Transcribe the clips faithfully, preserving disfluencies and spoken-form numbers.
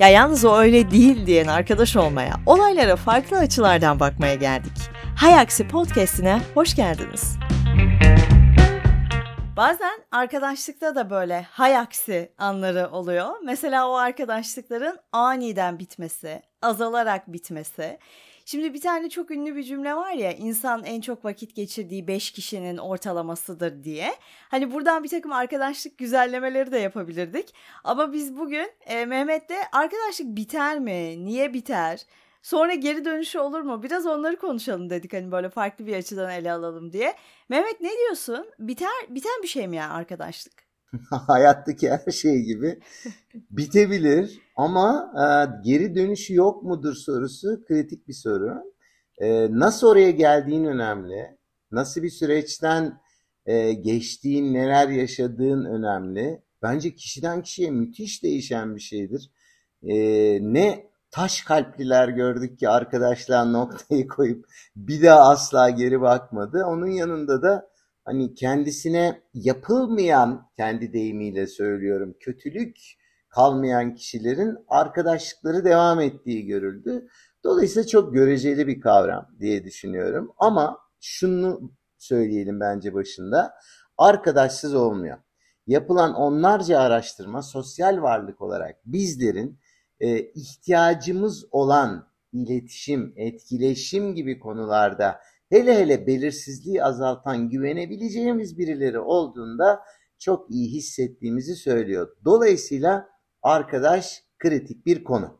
Ya yalnız o öyle değil diyen arkadaş olmaya, olaylara farklı açılardan bakmaya geldik. Hay Aksi Podcast'ine hoş geldiniz. Bazen arkadaşlıkta da böyle hay aksi anları oluyor. Mesela o arkadaşlıkların aniden bitmesi, azalarak bitmesi. Şimdi bir tane çok ünlü bir cümle var ya, insan en çok vakit geçirdiği beş kişinin ortalamasıdır diye. Hani buradan bir takım arkadaşlık güzellemeleri de yapabilirdik. Ama biz bugün e, Mehmet'le arkadaşlık biter mi? Niye biter? Sonra geri dönüşü olur mu? Biraz onları konuşalım dedik, hani böyle farklı bir açıdan ele alalım diye. Mehmet, ne diyorsun? Biter, biten bir şey mi yani arkadaşlık? Hayattaki her şey gibi bitebilir ama e, geri dönüşü yok mudur sorusu kritik bir soru. E, nasıl oraya geldiğin önemli. Nasıl bir süreçten e, geçtiğin, neler yaşadığın önemli. Bence kişiden kişiye müthiş değişen bir şeydir. E, ne taş kalpliler gördük ki arkadaşlar noktayı koyup bir daha asla geri bakmadı. Onun yanında da hani kendisine yapılmayan, kendi deyimiyle söylüyorum, kötülük kalmayan kişilerin arkadaşlıkları devam ettiği görüldü. Dolayısıyla çok göreceli bir kavram diye düşünüyorum. Ama şunu söyleyelim bence başında, arkadaşsız olmuyor. Yapılan onlarca araştırma sosyal varlık olarak bizlerin e, ihtiyacımız olan iletişim, etkileşim gibi konularda hele hele belirsizliği azaltan güvenebileceğimiz birileri olduğunda çok iyi hissettiğimizi söylüyor. Dolayısıyla arkadaş kritik bir konu.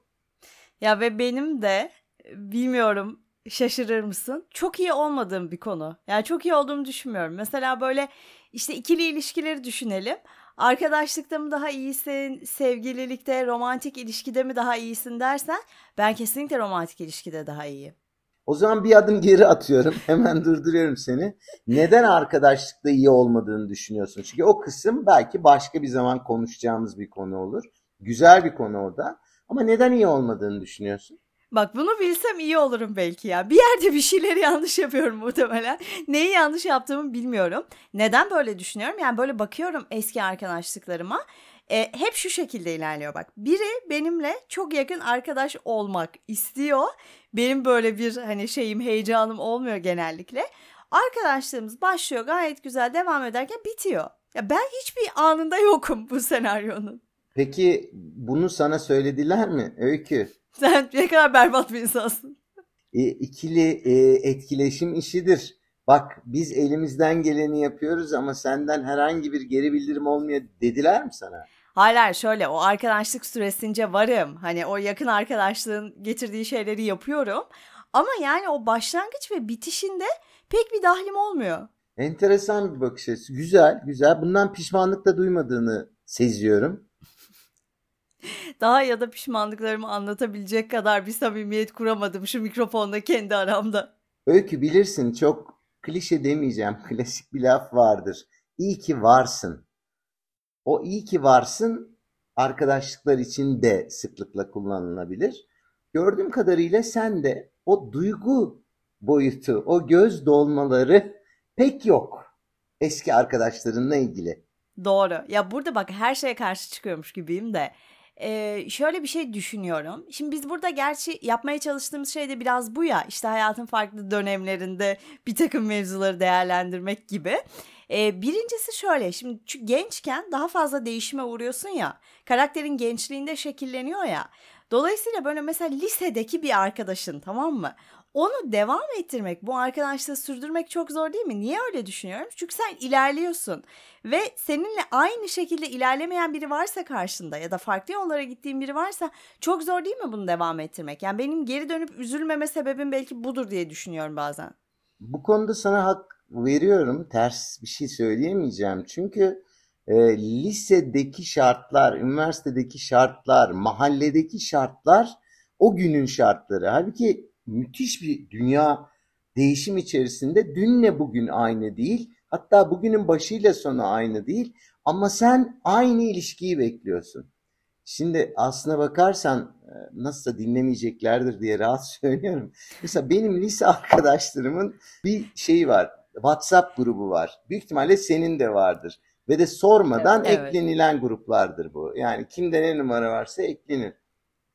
Ya ve benim de bilmiyorum, şaşırır mısın, çok iyi olmadığım bir konu. Yani çok iyi olduğumu düşünmüyorum. Mesela böyle işte ikili ilişkileri düşünelim. Arkadaşlıkta mı daha iyisin, sevgililikte, romantik ilişkide mi daha iyisin dersen, ben kesinlikle romantik ilişkide daha iyiyim. O zaman bir adım geri atıyorum. Hemen durduruyorum seni. Neden arkadaşlıkta iyi olmadığını düşünüyorsun? Çünkü o kısım belki başka bir zaman konuşacağımız bir konu olur. Güzel bir konu o da. Ama neden iyi olmadığını düşünüyorsun? Bak, bunu bilsem iyi olurum belki ya. Bir yerde bir şeyleri yanlış yapıyorum muhtemelen. Neyi yanlış yaptığımı bilmiyorum. Neden böyle düşünüyorum? Yani böyle bakıyorum eski arkadaşlıklarıma. E, hep şu şekilde ilerliyor bak. Biri benimle çok yakın arkadaş olmak istiyor. Benim böyle bir hani şeyim, heyecanım olmuyor genellikle. Arkadaşlığımız başlıyor, gayet güzel devam ederken bitiyor. Ya ben hiçbir anında yokum bu senaryonun. Peki bunu sana söylediler mi Öykü? Sen ne kadar berbat bir insansın. E, ikili e, etkileşim işidir. Bak biz elimizden geleni yapıyoruz ama senden herhangi bir geri bildirim olmuyor dediler mi sana? Hayır, hayır, şöyle, o arkadaşlık süresince varım. Hani o yakın arkadaşlığın getirdiği şeyleri yapıyorum. Ama yani o başlangıç ve bitişinde pek bir dahlim olmuyor. Enteresan bir bakış açısı. Güzel, güzel. Bundan pişmanlık da duymadığını seziyorum. Daha ya da pişmanlıklarımı anlatabilecek kadar bir samimiyet kuramadım şu mikrofonda kendi aramda. Öykü bilirsin çok klişe demeyeceğim. Klasik bir laf vardır. İyi ki varsın. O iyi ki varsın arkadaşlıklar için de sıklıkla kullanılabilir. Gördüğüm kadarıyla sen de o duygu boyutu, o göz dolmaları pek yok eski arkadaşlarınla ilgili. Doğru. Ya burada bak, her şeye karşı çıkıyormuş gibiyim de. Ee, şöyle bir şey düşünüyorum. Şimdi biz burada gerçi yapmaya çalıştığımız şey de biraz bu ya. İşte hayatın farklı dönemlerinde bir takım mevzuları değerlendirmek gibi. Ee, birincisi şöyle. Şimdi çünkü gençken daha fazla değişime uğruyorsun ya. Karakterin gençliğinde şekilleniyor ya. Dolayısıyla böyle mesela lisedeki bir arkadaşın, tamam mı? Onu devam ettirmek, bu arkadaşlığı sürdürmek çok zor değil mi? Niye öyle düşünüyorum? Çünkü sen ilerliyorsun. Ve seninle aynı şekilde ilerlemeyen biri varsa karşında ya da farklı yollara gittiğin biri varsa çok zor değil mi bunu devam ettirmek? Yani benim geri dönüp üzülmeme sebebim belki budur diye düşünüyorum bazen. Bu konuda sana hak veriyorum. Ters bir şey söyleyemeyeceğim. Çünkü e, lisedeki şartlar, üniversitedeki şartlar, mahalledeki şartlar o günün şartları. Halbuki müthiş bir dünya değişim içerisinde dünle bugün aynı değil. Hatta bugünün başıyla sonu aynı değil. Ama sen aynı ilişkiyi bekliyorsun. Şimdi aslına bakarsan e, nasılsa dinlemeyeceklerdir diye rahat söylüyorum. Mesela benim lise arkadaşlarımın bir şeyi var. WhatsApp grubu var. Büyük ihtimalle senin de vardır. Ve de sormadan Evet. eklenilen gruplardır bu. Yani kimde ne numara varsa eklenir.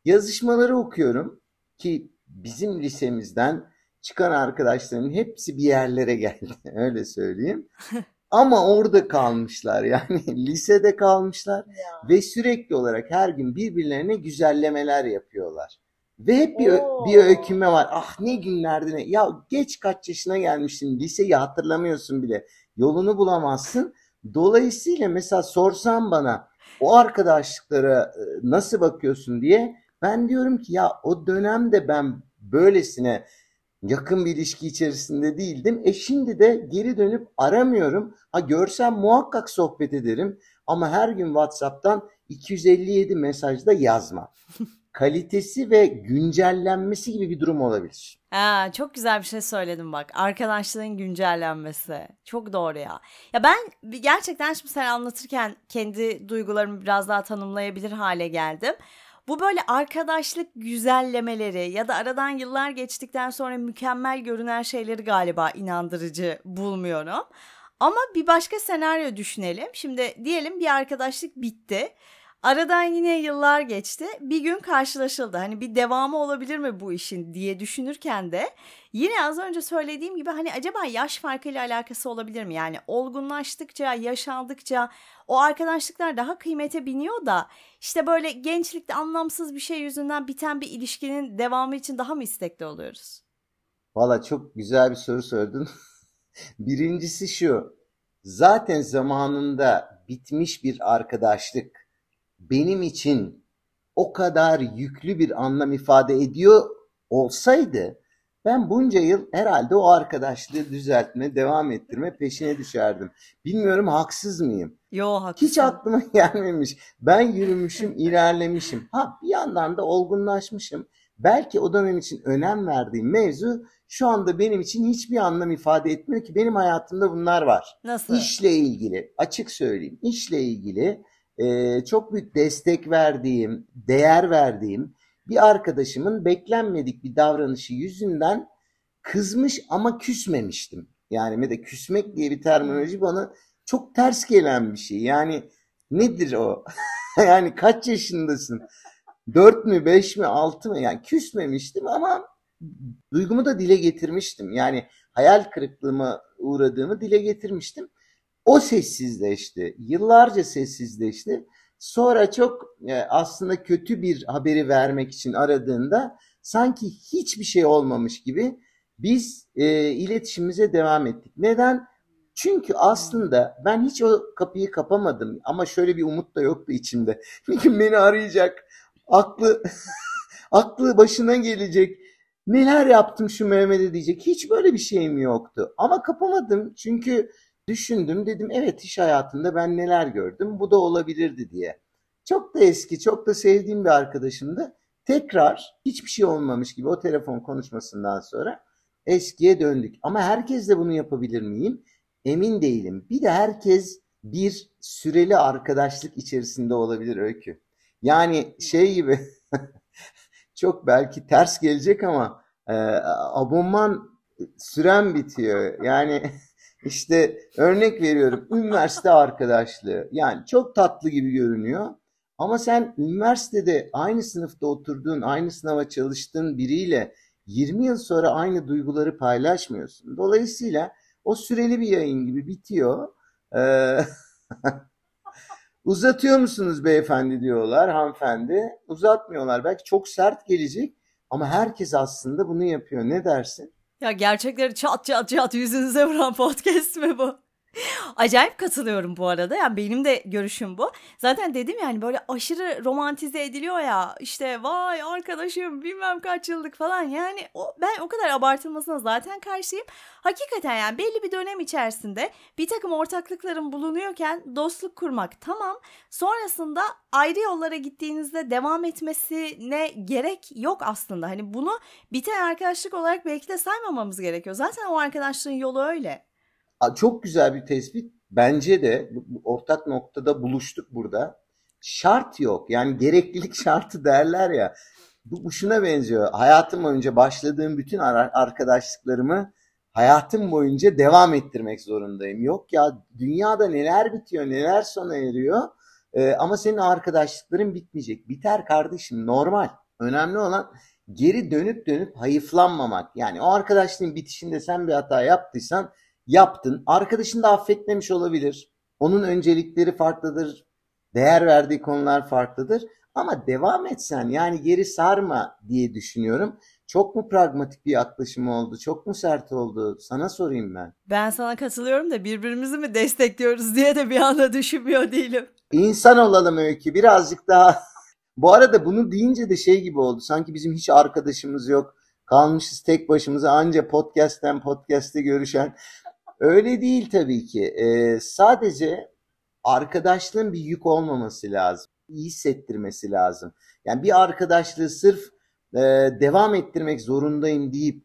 Yazışmaları okuyorum ki bizim lisemizden çıkan arkadaşların hepsi bir yerlere geldi. Öyle söyleyeyim. Ama orada kalmışlar yani lisede kalmışlar Ya. ve sürekli olarak her gün birbirlerine güzellemeler yapıyorlar. Ve hep bir, bir Oo. öykünme var. Ah ne günlerdi ne. Ya geç kaç yaşına gelmişsin liseyi hatırlamıyorsun bile. Yolunu bulamazsın. Dolayısıyla mesela sorsan bana o arkadaşlıklara e, nasıl bakıyorsun diye ben diyorum ki ya o dönemde ben böylesine yakın bir ilişki içerisinde değildim. E şimdi de geri dönüp aramıyorum. Ha görsem muhakkak sohbet ederim. Ama her gün WhatsApp'tan iki yüz elli yedi mesajda yazma. Kalitesi ve güncellenmesi gibi bir durum olabilir. Ha, çok güzel bir şey söyledin bak. Arkadaşlığın güncellenmesi. Çok doğru ya. Ya ben bir- gerçekten şimdi sen anlatırken kendi duygularımı biraz daha tanımlayabilir hale geldim. Bu böyle arkadaşlık güzellemeleri ya da aradan yıllar geçtikten sonra mükemmel görünen şeyleri galiba inandırıcı bulmuyorum. Ama bir başka senaryo düşünelim. Şimdi diyelim bir arkadaşlık bitti. Aradan yine yıllar geçti. Bir gün karşılaşıldı. Hani bir devamı olabilir mi bu işin diye düşünürken de yine az önce söylediğim gibi hani acaba yaş farkıyla alakası olabilir mi? Yani olgunlaştıkça, yaş aldıkça o arkadaşlıklar daha kıymete biniyor da işte böyle gençlikte anlamsız bir şey yüzünden biten bir ilişkinin devamı için daha mı istekli oluyoruz? Valla çok güzel bir soru sordun. Birincisi şu. Zaten zamanında bitmiş bir arkadaşlık benim için o kadar yüklü bir anlam ifade ediyor olsaydı ben bunca yıl herhalde o arkadaşlığı düzeltme, devam ettirme peşine düşerdim. Bilmiyorum haksız mıyım? Yo, Hiç haklısın. aklıma gelmemiş. Ben yürümüşüm, ilerlemişim. Ha bir yandan da olgunlaşmışım. Belki o dönem için önem verdiğim mevzu şu anda benim için hiçbir anlam ifade etmiyor ki benim hayatımda bunlar var. Nasıl? İşle ilgili, açık söyleyeyim, işle ilgili e, çok büyük destek verdiğim, değer verdiğim bir arkadaşımın beklenmedik bir davranışı yüzünden kızmış ama küsmemiştim. Yani ve de küsmek diye bir Hmm. terminoloji bana çok ters gelen bir şey. Yani nedir o? Yani kaç yaşındasın? Dört mü, beş mi, altı mı? Yani küsmemiştim ama duygumu da dile getirmiştim. Yani hayal kırıklığıma uğradığımı dile getirmiştim. O sessizleşti. Yıllarca sessizleşti. Sonra çok e, aslında kötü bir haberi vermek için aradığında sanki hiçbir şey olmamış gibi biz e, iletişimimize devam ettik. Neden? Çünkü aslında ben hiç o kapıyı kapamadım ama şöyle bir umut da yoktu içimde. Bir gün beni arayacak, aklı aklı başına gelecek. Neler yaptım şu Mehmet'e diyecek. Hiç böyle bir şeyim yoktu. Ama kapamadım çünkü düşündüm dedim evet iş hayatında ben neler gördüm bu da olabilirdi diye. Çok da eski, çok da sevdiğim bir arkadaşımdı. Tekrar hiçbir şey olmamış gibi o telefon konuşmasından sonra eskiye döndük. Ama herkes de bunu yapabilir miyim? Emin değilim. Bir de herkes bir süreli arkadaşlık içerisinde olabilir Öykü. Yani şey gibi çok belki ters gelecek ama e, abonman süren bitiyor. Yani işte örnek veriyorum üniversite arkadaşlığı. Yani çok tatlı gibi görünüyor. Ama sen üniversitede aynı sınıfta oturduğun, aynı sınava çalıştığın biriyle yirmi yıl sonra aynı duyguları paylaşmıyorsun. Dolayısıyla o süreli bir yayın gibi bitiyor. Ee, Uzatıyor musunuz beyefendi diyorlar, hanımefendi. Uzatmıyorlar. Belki çok sert gelecek ama herkes aslında bunu yapıyor. Ne dersin? Ya gerçekleri çat çat çat yüzünüze vuran podcast mi bu? Acayip katılıyorum bu arada. Yani benim de görüşüm bu. Zaten dedim yani böyle aşırı romantize ediliyor ya. İşte vay arkadaşım bilmem kaç yıllık falan. Yani o, ben o kadar abartılmasına zaten karşıyım. Hakikaten yani belli bir dönem içerisinde bir takım ortaklıkların bulunuyorken dostluk kurmak tamam. Sonrasında ayrı yollara gittiğinizde devam etmesine gerek yok aslında. Hani bunu biten arkadaşlık olarak belki de saymamamız gerekiyor. Zaten o arkadaşlığın yolu öyle. Çok güzel bir tespit. Bence de ortak noktada buluştuk burada. Şart yok. Yani gereklilik şartı derler ya. Bu, bu şuna benziyor. Hayatım boyunca başladığım bütün arkadaşlıklarımı hayatım boyunca devam ettirmek zorundayım. Yok ya dünyada neler bitiyor, neler sona eriyor. Ee, ama senin arkadaşlıkların bitmeyecek. Biter kardeşim normal. Önemli olan geri dönüp dönüp hayıflanmamak. Yani o arkadaşlığın bitişinde sen bir hata yaptıysan yaptın. Arkadaşın da affetmemiş olabilir. Onun öncelikleri farklıdır. Değer verdiği konular farklıdır. Ama devam etsen yani geri sarma diye düşünüyorum. Çok mu pragmatik bir yaklaşım oldu? Çok mu sert oldu? Sana sorayım ben. Ben sana katılıyorum da birbirimizi mi destekliyoruz diye de bir anda düşünmüyor değilim. İnsan olalım Öykü. Birazcık daha. Bu arada bunu deyince de şey gibi oldu. Sanki bizim hiç arkadaşımız yok. Kalmışız tek başımıza anca podcast'ten podcast'te görüşen. Öyle değil tabii ki. Ee, sadece arkadaşlığın bir yük olmaması lazım. İyi hissettirmesi lazım. Yani bir arkadaşlığı sırf e, devam ettirmek zorundayım deyip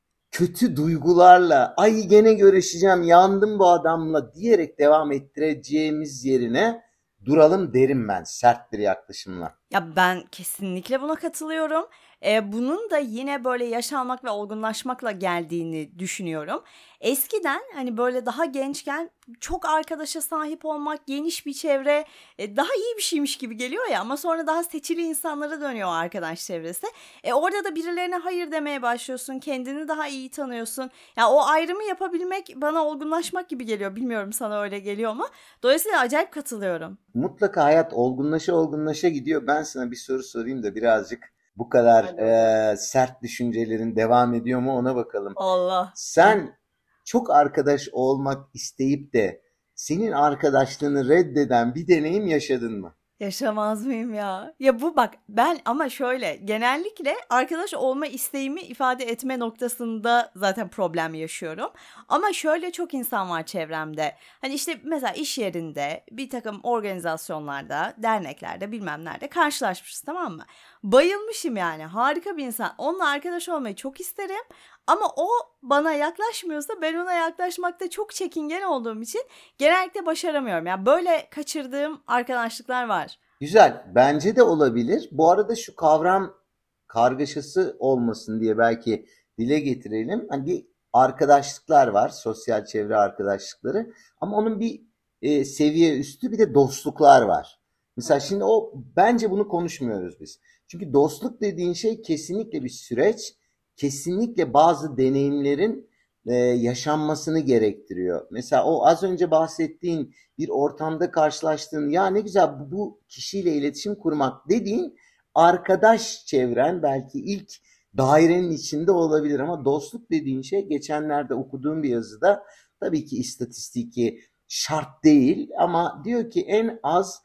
kötü duygularla ay gene görüşeceğim yandım bu adamla diyerek devam ettireceğimiz yerine duralım derim ben sert bir yaklaşımla. Ya ben kesinlikle buna katılıyorum. Ee, bunun da yine böyle yaşanmak ve olgunlaşmakla geldiğini düşünüyorum. Eskiden hani böyle daha gençken çok arkadaşa sahip olmak, geniş bir çevre e, daha iyi bir şeymiş gibi geliyor ya ama sonra daha seçili insanlara dönüyor o arkadaş çevresi. E, orada da birilerine hayır demeye başlıyorsun, kendini daha iyi tanıyorsun. Ya o ayrımı yapabilmek bana olgunlaşmak gibi geliyor. Bilmiyorum sana öyle geliyor mu? Dolayısıyla acayip katılıyorum. Mutlaka hayat olgunlaşa olgunlaşa gidiyor. Ben sana bir soru sorayım da birazcık bu kadar Hadi bakalım. e, sert düşüncelerin devam ediyor mu ona bakalım. Allah. Sen çok arkadaş olmak isteyip de senin arkadaşlığını reddeden bir deneyim yaşadın mı? Yaşamaz mıyım ya? Ya bu bak ben ama şöyle genellikle arkadaş olma isteğimi ifade etme noktasında zaten problem yaşıyorum. Ama şöyle çok insan var çevremde. Hani işte mesela iş yerinde bir takım organizasyonlarda, derneklerde bilmem nerede karşılaşmışız tamam mı? Bayılmışım yani harika bir insan. Onunla arkadaş olmayı çok isterim. Ama o bana yaklaşmıyorsa ben ona yaklaşmakta çok çekingen olduğum için genellikle başaramıyorum. Yani böyle kaçırdığım arkadaşlıklar var. Güzel. Bence de olabilir. Bu arada şu kavram kargaşası olmasın diye belki dile getirelim. Hani bir arkadaşlıklar var, sosyal çevre arkadaşlıkları. Ama onun bir e, seviye üstü bir de dostluklar var. Mesela şimdi o bence bunu konuşmuyoruz biz. Çünkü dostluk dediğin şey kesinlikle bir süreç, kesinlikle bazı deneyimlerin e, yaşanmasını gerektiriyor. Mesela o az önce bahsettiğin bir ortamda karşılaştığın ya ne güzel bu, bu kişiyle iletişim kurmak dediğin arkadaş çevren belki ilk dairenin içinde olabilir ama dostluk dediğin şey geçenlerde okuduğum bir yazıda tabii ki istatistiki şart değil ama diyor ki en az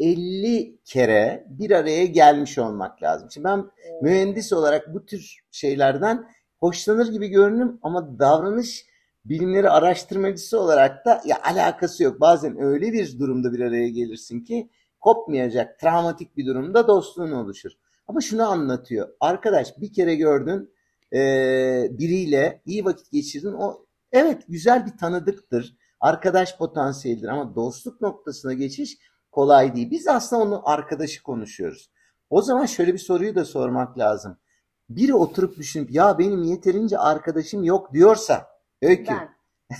elli kere bir araya gelmiş olmak lazım. Şimdi ben mühendis olarak bu tür şeylerden hoşlanır gibi görünüm ama davranış bilimleri araştırmacısı olarak da ya alakası yok. Bazen öyle bir durumda bir araya gelirsin ki kopmayacak travmatik bir durumda dostluğun oluşur. Ama şunu anlatıyor. Arkadaş bir kere gördün e, biriyle iyi vakit geçirdin. O evet güzel bir tanıdıktır. Arkadaş potansiyelidir ama dostluk noktasına geçiş kolay değil. Biz aslında onu arkadaşı konuşuyoruz. O zaman şöyle bir soruyu da sormak lazım. Biri oturup düşünüp ya benim yeterince arkadaşım yok diyorsa Öykü Ben.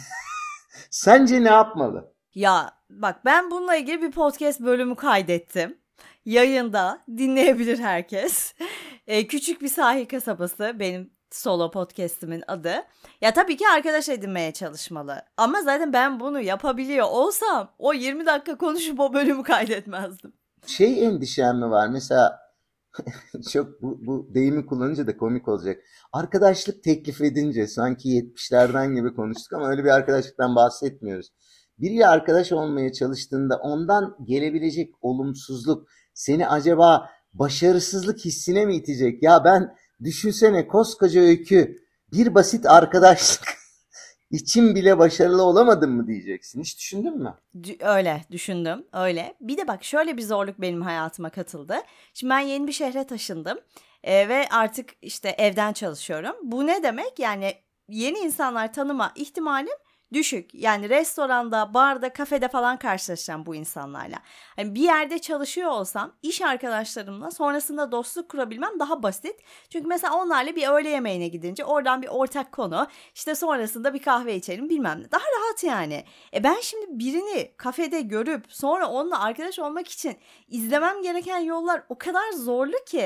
sence ne yapmalı? Ya bak ben bununla ilgili bir podcast bölümü kaydettim. Yayında dinleyebilir herkes. E, küçük bir sahil kasabası benim solo podcastimin adı. Ya tabii ki arkadaş edinmeye çalışmalı. Ama zaten ben bunu yapabiliyor olsam o yirmi dakika konuşup o bölümü kaydetmezdim. Şey endişen mi var? Mesela çok bu, bu deyimi kullanınca da komik olacak. Arkadaşlık teklif edince sanki yetmişlerden gibi konuştuk ama öyle bir arkadaşlıktan bahsetmiyoruz. Biriyle arkadaş olmaya çalıştığında ondan gelebilecek olumsuzluk seni acaba başarısızlık hissine mi itecek? Ya ben düşünsene koskoca Öykü bir basit arkadaşlık için bile başarılı olamadım mı diyeceksin. Hiç düşündün mü? D- Öyle düşündüm, öyle. Bir de bak şöyle bir zorluk benim hayatıma katıldı. Şimdi ben yeni bir şehre taşındım e, ve artık işte evden çalışıyorum. Bu ne demek? Yani yeni insanlar tanıma ihtimalim düşük. Yani restoranda, barda, kafede falan karşılaşacağım bu insanlarla. Hani bir yerde çalışıyor olsam iş arkadaşlarımla sonrasında dostluk kurabilmem daha basit. Çünkü mesela onlarla bir öğle yemeğine gidince oradan bir ortak konu, işte sonrasında bir kahve içelim bilmem ne. Daha rahat yani. E ben şimdi birini kafede görüp sonra onunla arkadaş olmak için izlemem gereken yollar o kadar zorlu ki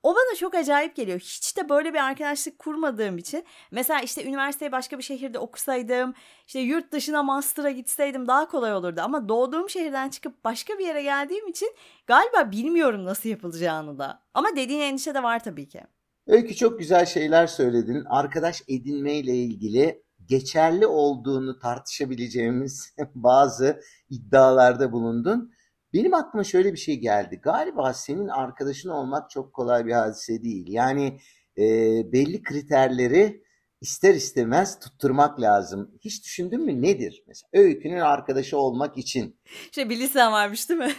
O bana çok acayip geliyor. Hiç de böyle bir arkadaşlık kurmadığım için. Mesela işte üniversiteyi başka bir şehirde okusaydım, işte yurt dışına master'a gitseydim daha kolay olurdu. Ama doğduğum şehirden çıkıp başka bir yere geldiğim için galiba bilmiyorum nasıl yapılacağını da. Ama dediğin endişe de var tabii ki. Öykü, çok güzel şeyler söyledin. Arkadaş edinmeyle ilgili geçerli olduğunu tartışabileceğimiz bazı iddialarda bulundun. Benim aklıma şöyle bir şey geldi. Galiba senin arkadaşın olmak çok kolay bir hadise değil. Yani e, belli kriterleri ister istemez tutturmak lazım. Hiç düşündün mü nedir? Mesela Öykü'nün arkadaşı olmak için. İşte bir listem varmış değil mi?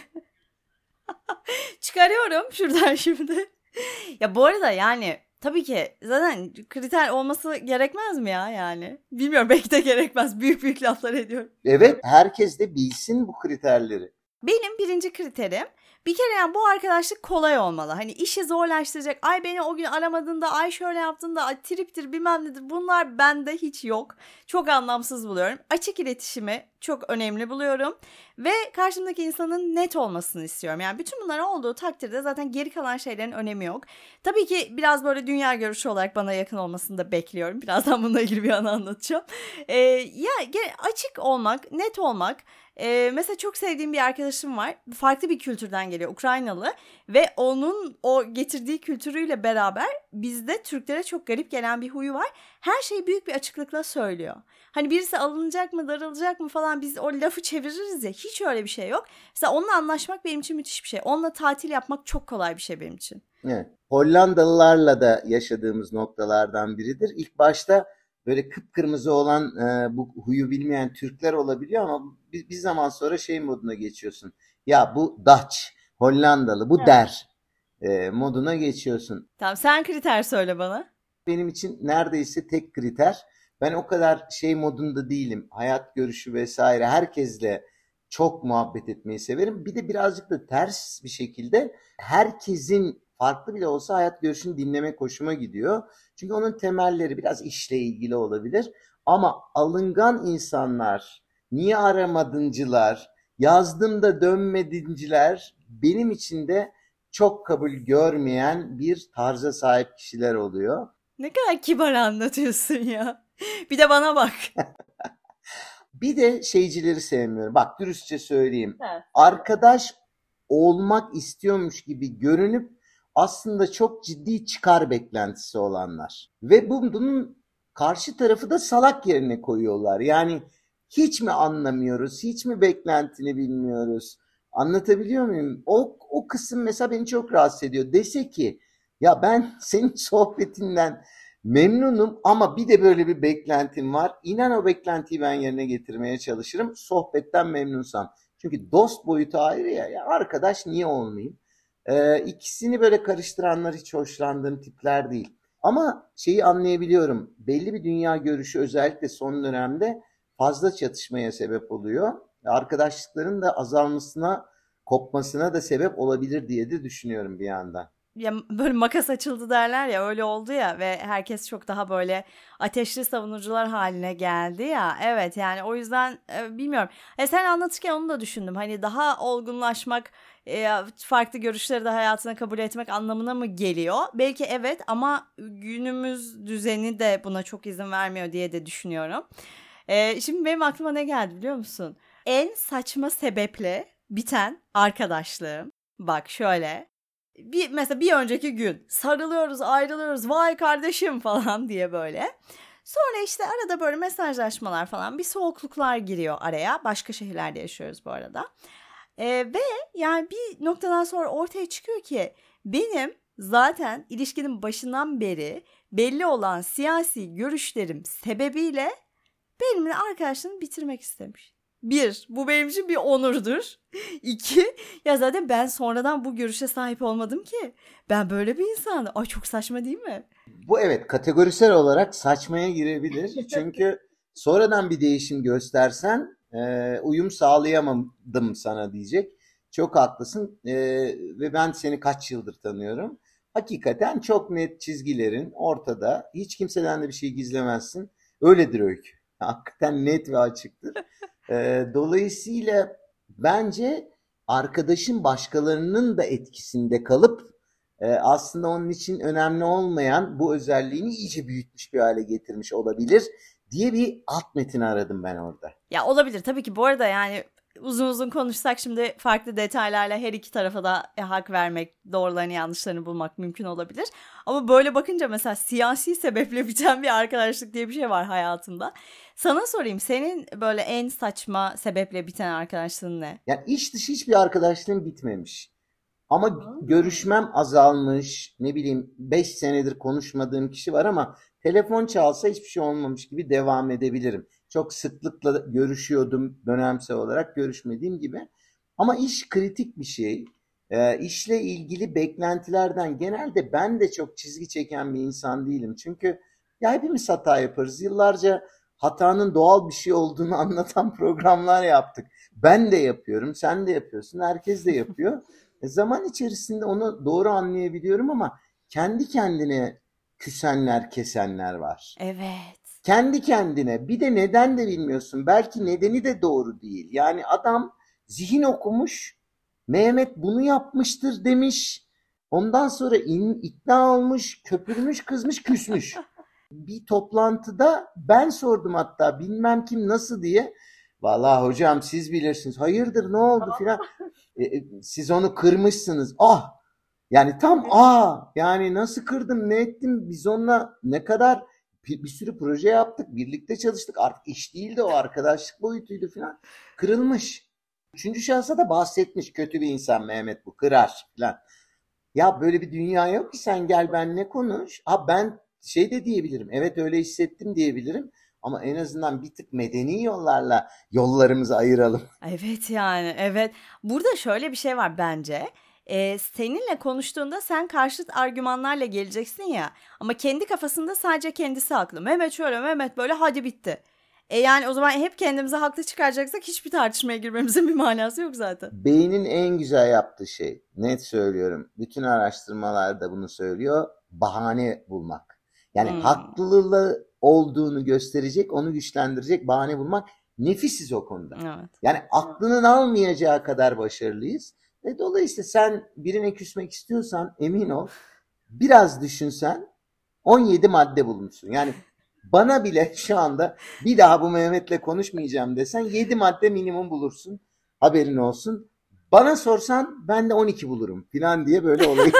Çıkarıyorum şuradan şimdi. Ya bu arada yani tabii ki zaten kriter olması gerekmez mi ya yani? Bilmiyorum, belki de gerekmez. Büyük büyük laflar ediyorum. Evet, herkes de bilsin bu kriterleri. Benim birinci kriterim bir kere yani bu arkadaşlık kolay olmalı. Hani işi zorlaştıracak. Ay beni o gün aramadığında, ay şöyle yaptığında, ay triptir bilmem nedir. Bunlar bende hiç yok. Çok anlamsız buluyorum. Açık iletişimi çok önemli buluyorum. Ve karşımdaki insanın net olmasını istiyorum. Yani bütün bunlar olduğu takdirde zaten geri kalan şeylerin önemi yok. Tabii ki biraz böyle dünya görüşü olarak bana yakın olmasını da bekliyorum. Birazdan bununla ilgili bir anı anlatacağım. Ee, ya açık olmak, net olmak. Ee, mesela çok sevdiğim bir arkadaşım var. Farklı bir kültürden geliyor. Ukraynalı. Ve onun o getirdiği kültürüyle beraber bizde Türklere çok garip gelen bir huyu var. Her şeyi büyük bir açıklıkla söylüyor. Hani birisi alınacak mı, darılacak mı falan, biz o lafı çeviririz ya. Hiç öyle bir şey yok. Mesela onunla anlaşmak benim için müthiş bir şey. Onunla tatil yapmak çok kolay bir şey benim için. Evet. Hollandalılarla da yaşadığımız noktalardan biridir. İlk başta böyle kıpkırmızı olan e, bu huyu bilmeyen Türkler olabiliyor ama bir, bir zaman sonra şey moduna geçiyorsun. Ya bu Dutch, Hollandalı, bu Evet. der e, moduna geçiyorsun. Tamam, sen kriter söyle bana. Benim için neredeyse tek kriter. Ben o kadar şey modunda değilim. Hayat görüşü vesaire herkesle çok muhabbet etmeyi severim. Bir de birazcık da ters bir şekilde herkesin farklı bile olsa hayat görüşünü dinlemek hoşuma gidiyor. Çünkü onun temelleri biraz işle ilgili olabilir. Ama alıngan insanlar, niye aramadıncılar, yazdım da dönmedinciler benim için de çok kabul görmeyen bir tarza sahip kişiler oluyor. Ne kadar kibar anlatıyorsun ya. Bir de bana bak. Bir de şeycileri sevmiyorum. Bak dürüstçe söyleyeyim. Evet. Arkadaş olmak istiyormuş gibi görünüp aslında çok ciddi çıkar beklentisi olanlar. Ve bu- bunun karşı tarafı da salak yerine koyuyorlar. Yani hiç mi anlamıyoruz, hiç mi beklentini bilmiyoruz? Anlatabiliyor muyum? O, o kısım mesela beni çok rahatsız ediyor. Dese ki ya ben senin sohbetinden memnunum ama bir de böyle bir beklentim var. İnan o beklentiyi ben yerine getirmeye çalışırım. Sohbetten memnunsam. Çünkü dost boyutu ayrı ya. Ya arkadaş niye olmayayım? Ee, ikisini böyle karıştıranlar hiç hoşlandığım tipler değil. Ama şeyi anlayabiliyorum. Belli bir dünya görüşü özellikle son dönemde fazla çatışmaya sebep oluyor. Arkadaşlıkların da azalmasına, kopmasına da sebep olabilir diye de düşünüyorum bir yandan. Ya böyle makas açıldı derler ya, öyle oldu ya ve herkes çok daha böyle ateşli savunucular haline geldi ya. Evet yani o yüzden e, bilmiyorum. E, sen anlatırken onu da düşündüm. Hani daha olgunlaşmak, e, farklı görüşleri de hayatına kabul etmek anlamına mı geliyor? Belki evet, ama günümüz düzeni de buna çok izin vermiyor diye de düşünüyorum. E, şimdi benim aklıma ne geldi biliyor musun? En saçma sebeple biten arkadaşlığım. Bak şöyle. Bir, mesela bir önceki gün sarılıyoruz, ayrılıyoruz, vay kardeşim falan diye böyle. Sonra işte arada böyle mesajlaşmalar falan, bir soğukluklar giriyor araya. Başka şehirlerde yaşıyoruz bu arada. Ee, ve yani bir noktadan sonra ortaya çıkıyor ki benim zaten ilişkinin başından beri belli olan siyasi görüşlerim sebebiyle benimle arkadaşlığını bitirmek istemiş. Bir, bu benim için bir onurdur. İki, ya zaten ben sonradan bu görüşe sahip olmadım ki. Ben böyle bir insanım. Ay çok saçma değil mi? Bu evet kategorisel olarak saçmaya girebilir. Çünkü sonradan bir değişim göstersen e, uyum sağlayamadım sana diyecek. Çok haklısın. E, ve ben seni kaç yıldır tanıyorum. Hakikaten çok net çizgilerin ortada. Hiç kimseden de bir şey gizlemezsin. Öyledir Öykü. Hakikaten net ve açıktır. E, dolayısıyla bence arkadaşın başkalarının da etkisinde kalıp e, aslında onun için önemli olmayan bu özelliğini iyice büyütmüş bir hale getirmiş olabilir diye bir alt metin aradım ben orada. Ya olabilir tabii ki, bu arada yani uzun uzun konuşsak şimdi farklı detaylarla her iki tarafa da e, hak vermek, doğrularını yanlışlarını bulmak mümkün olabilir. Ama böyle bakınca mesela siyasi sebeple biten bir arkadaşlık diye bir şey var hayatında. Sana sorayım, senin böyle en saçma sebeple biten arkadaşlığın ne? Yani iş dışı hiçbir arkadaşlığım bitmemiş. Ama görüşmem azalmış. Ne bileyim beş senedir konuşmadığım kişi var ama telefon çalsa hiçbir şey olmamış gibi devam edebilirim. Çok sıklıkla görüşüyordum dönemsel olarak görüşmediğim gibi. Ama iş kritik bir şey. Ee, işle ilgili beklentilerden genelde ben de çok çizgi çeken bir insan değilim. Çünkü ya hepimiz hata yaparız. Yıllarca hatanın doğal bir şey olduğunu anlatan programlar yaptık. Ben de yapıyorum, sen de yapıyorsun, herkes de yapıyor. E, zaman içerisinde onu doğru anlayabiliyorum ama kendi kendine küsenler, kesenler var. Evet. Kendi kendine. Bir de neden de bilmiyorsun. Belki nedeni de doğru değil. Yani adam zihin okumuş, Mehmet bunu yapmıştır demiş. Ondan sonra in, ikna olmuş, köpürmüş, kızmış, küsmüş. Bir toplantıda ben sordum hatta bilmem kim nasıl diye. Vallahi hocam siz bilirsiniz. Hayırdır ne oldu filan. E, e, siz onu kırmışsınız. Ah! Yani tam ah! Yani nasıl kırdım, ne ettim? Biz onunla ne kadar bir, bir sürü proje yaptık, birlikte çalıştık. Artık iş değildi o, arkadaşlık boyutuydu filan. Kırılmış. Üçüncü şahsa da bahsetmiş. Kötü bir insan Mehmet bu, kırar filan. Ya böyle bir dünya yok ki, sen gel benimle konuş. Ha ben şey de diyebilirim. Evet öyle hissettim diyebilirim. Ama en azından bir tık medeni yollarla yollarımızı ayıralım. Evet yani evet. Burada şöyle bir şey var bence. Ee, seninle konuştuğunda sen karşıt argümanlarla geleceksin ya. Ama kendi kafasında sadece kendisi haklı. Mehmet şöyle, Mehmet böyle, hadi bitti. E yani o zaman hep kendimizi haklı çıkaracaksak hiçbir tartışmaya girmemizin bir manası yok zaten. Beynin en güzel yaptığı şey, net söylüyorum. Bütün araştırmalar da bunu söylüyor. Bahane bulmak. Yani Hmm, haklılığı olduğunu gösterecek, onu güçlendirecek bahane bulmak. Nefissiz o konuda. evet. Yani aklının almayacağı kadar başarılıyız. Ve dolayısıyla sen birine küsmek istiyorsan emin ol, biraz düşünsen on yedi madde bulmuşsun. Yani bana bile şu anda bir daha bu Mehmet'le konuşmayacağım desen yedi madde minimum bulursun. Haberin olsun. Bana sorsan ben de on iki bulurum falan diye böyle olayı.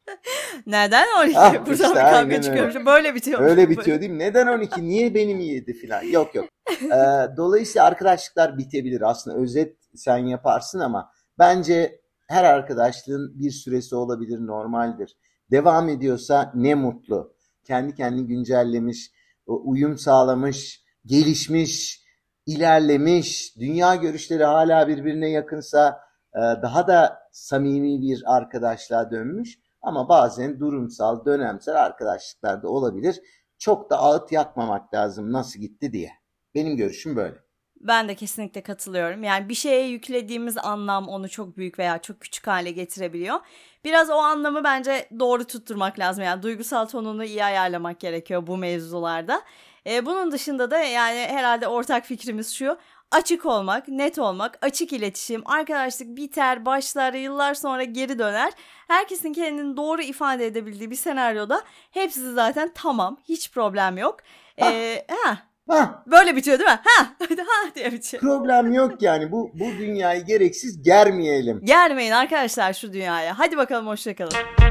Neden on iki? Ah Buradan işte bir kavga aynen öyle. çıkıyormuş. Böyle bitiyormuş. Öyle bitiyor değil mi? Neden on iki? Niye benim yedi falan? Yok yok. Ee, dolayısıyla arkadaşlıklar bitebilir. Aslında özet sen yaparsın ama bence her arkadaşlığın bir süresi olabilir, normaldir. Devam ediyorsa ne mutlu. Kendi kendini güncellemiş, uyum sağlamış, gelişmiş, ilerlemiş, dünya görüşleri hala birbirine yakınsa e, daha da samimi bir arkadaşlığa dönmüş. Ama bazen durumsal, dönemsel arkadaşlıklar da olabilir. Çok da ağıt yakmamak lazım nasıl gitti diye. Benim görüşüm böyle. Ben de kesinlikle katılıyorum. Yani bir şeye yüklediğimiz anlam onu çok büyük veya çok küçük hale getirebiliyor. Biraz o anlamı bence doğru tutturmak lazım. Yani duygusal tonunu iyi ayarlamak gerekiyor bu mevzularda. Ee, bunun dışında da yani herhalde ortak fikrimiz şu: açık olmak, net olmak, açık iletişim, arkadaşlık biter, başlar, yıllar sonra geri döner. Herkesin kendini doğru ifade edebildiği bir senaryoda hepsi zaten tamam, hiç problem yok. Hah, Ee, ha, hah, böyle bitiyor değil mi? Ha, ha diye bitiyor. problem yok yani. Bu, bu dünyayı gereksiz germeyelim. Gelmeyin arkadaşlar şu dünyaya. Hadi bakalım, hoşça kalın.